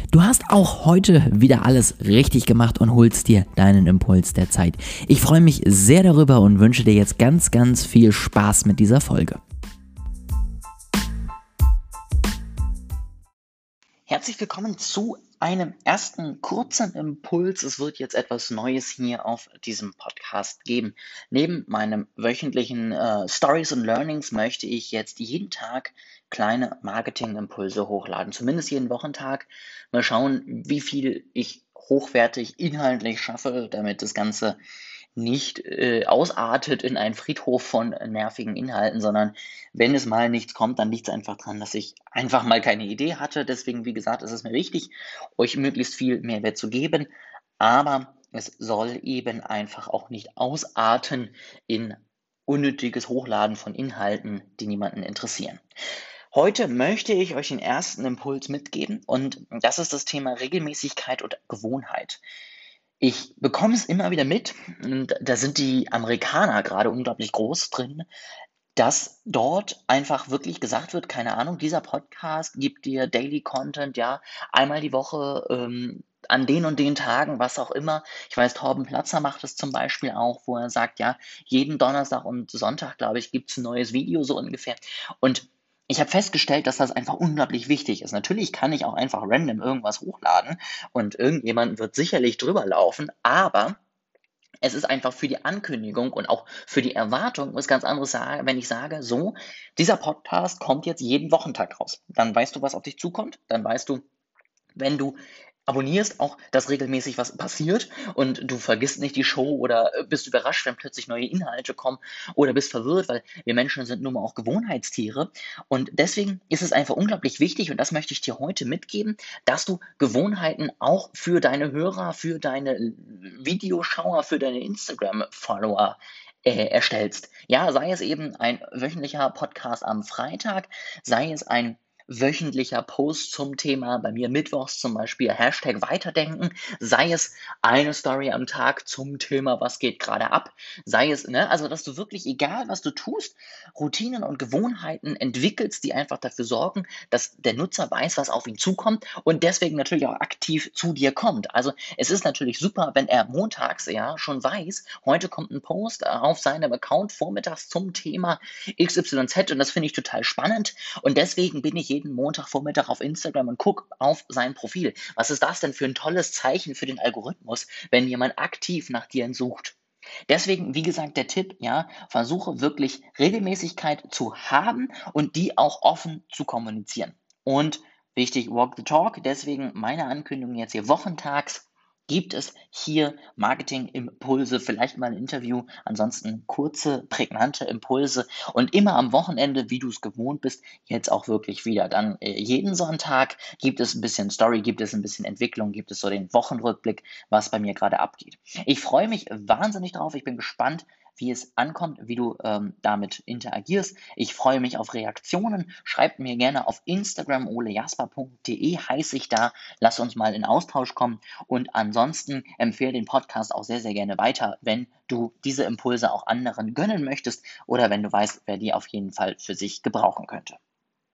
Du hast auch heute wieder alles richtig gemacht und holst dir deinen Impuls der Zeit. Ich freue mich sehr darüber und wünsche dir jetzt ganz, ganz viel Spaß mit dieser Folge. Herzlich willkommen zu einem ersten kurzen Impuls. Es wird jetzt etwas Neues hier auf diesem Podcast geben. Neben meinem wöchentlichen Stories und Learnings möchte ich jetzt jeden Tag kleine Marketing-Impulse hochladen. Zumindest jeden Wochentag. Mal schauen, wie viel ich hochwertig inhaltlich schaffe, damit das Ganze nicht ausartet in einen Friedhof von nervigen Inhalten, sondern wenn es mal nichts kommt, dann liegt es einfach dran, dass ich einfach mal keine Idee hatte. Deswegen, wie gesagt, ist es mir wichtig, euch möglichst viel Mehrwert zu geben, aber es soll eben einfach auch nicht ausarten in unnötiges Hochladen von Inhalten, die niemanden interessieren. Heute möchte ich euch den ersten Impuls mitgeben und das ist das Thema Regelmäßigkeit und Gewohnheit. Ich bekomme es immer wieder mit und da sind die Amerikaner gerade unglaublich groß drin, dass dort einfach wirklich gesagt wird, keine Ahnung, dieser Podcast gibt dir Daily Content, ja, einmal die Woche, an den und den Tagen, was auch immer. Ich weiß, Torben Platzer macht es zum Beispiel auch, wo er sagt, ja, jeden Donnerstag und Sonntag, glaube ich, gibt es ein neues Video so ungefähr. Und ich habe festgestellt, dass das einfach unglaublich wichtig ist. Natürlich kann ich auch einfach random irgendwas hochladen und irgendjemand wird sicherlich drüber laufen, aber es ist einfach für die Ankündigung und auch für die Erwartung was ganz anderes, wenn ich sage, so, dieser Podcast kommt jetzt jeden Wochentag raus. Dann weißt du, was auf dich zukommt. Dann weißt du, wenn du abonnierst, auch, dass regelmäßig was passiert und du vergisst nicht die Show oder bist überrascht, wenn plötzlich neue Inhalte kommen oder bist verwirrt, weil wir Menschen sind nun mal auch Gewohnheitstiere. Und deswegen ist es einfach unglaublich wichtig, und das möchte ich dir heute mitgeben, dass du Gewohnheiten auch für deine Hörer, für deine Videoschauer, für deine Instagram-Follower erstellst. Ja, sei es eben ein wöchentlicher Podcast am Freitag, sei es ein wöchentlicher Post zum Thema, bei mir mittwochs zum Beispiel Hashtag Weiterdenken, sei es eine Story am Tag zum Thema, was geht gerade ab, sei es, ne, also dass du wirklich, egal was du tust, Routinen und Gewohnheiten entwickelst, die einfach dafür sorgen, dass der Nutzer weiß, was auf ihn zukommt und deswegen natürlich auch aktiv zu dir kommt. Also es ist natürlich super, wenn er montags ja schon weiß, heute kommt ein Post auf seinem Account vormittags zum Thema XYZ und das finde ich total spannend und deswegen bin ich jeden Montagvormittag auf Instagram und gucke auf sein Profil. Was ist das denn für ein tolles Zeichen für den Algorithmus, wenn jemand aktiv nach dir sucht? Deswegen, wie gesagt, der Tipp, ja, versuche wirklich Regelmäßigkeit zu haben und die auch offen zu kommunizieren. Und wichtig, walk the talk, deswegen meine Ankündigung jetzt hier wochentags. Gibt es hier Marketing-Impulse, vielleicht mal ein Interview, ansonsten kurze, prägnante Impulse und immer am Wochenende, wie du es gewohnt bist, jetzt auch wirklich wieder. Dann jeden Sonntag gibt es ein bisschen Story, gibt es ein bisschen Entwicklung, gibt es so den Wochenrückblick, was bei mir gerade abgeht. Ich freue mich wahnsinnig drauf, ich bin gespannt, wie es ankommt, wie du damit interagierst. Ich freue mich auf Reaktionen. Schreibt mir gerne auf Instagram, olejasper.de heiße ich da. Lass uns mal in Austausch kommen. Und ansonsten empfehle den Podcast auch sehr, sehr gerne weiter, wenn du diese Impulse auch anderen gönnen möchtest oder wenn du weißt, wer die auf jeden Fall für sich gebrauchen könnte.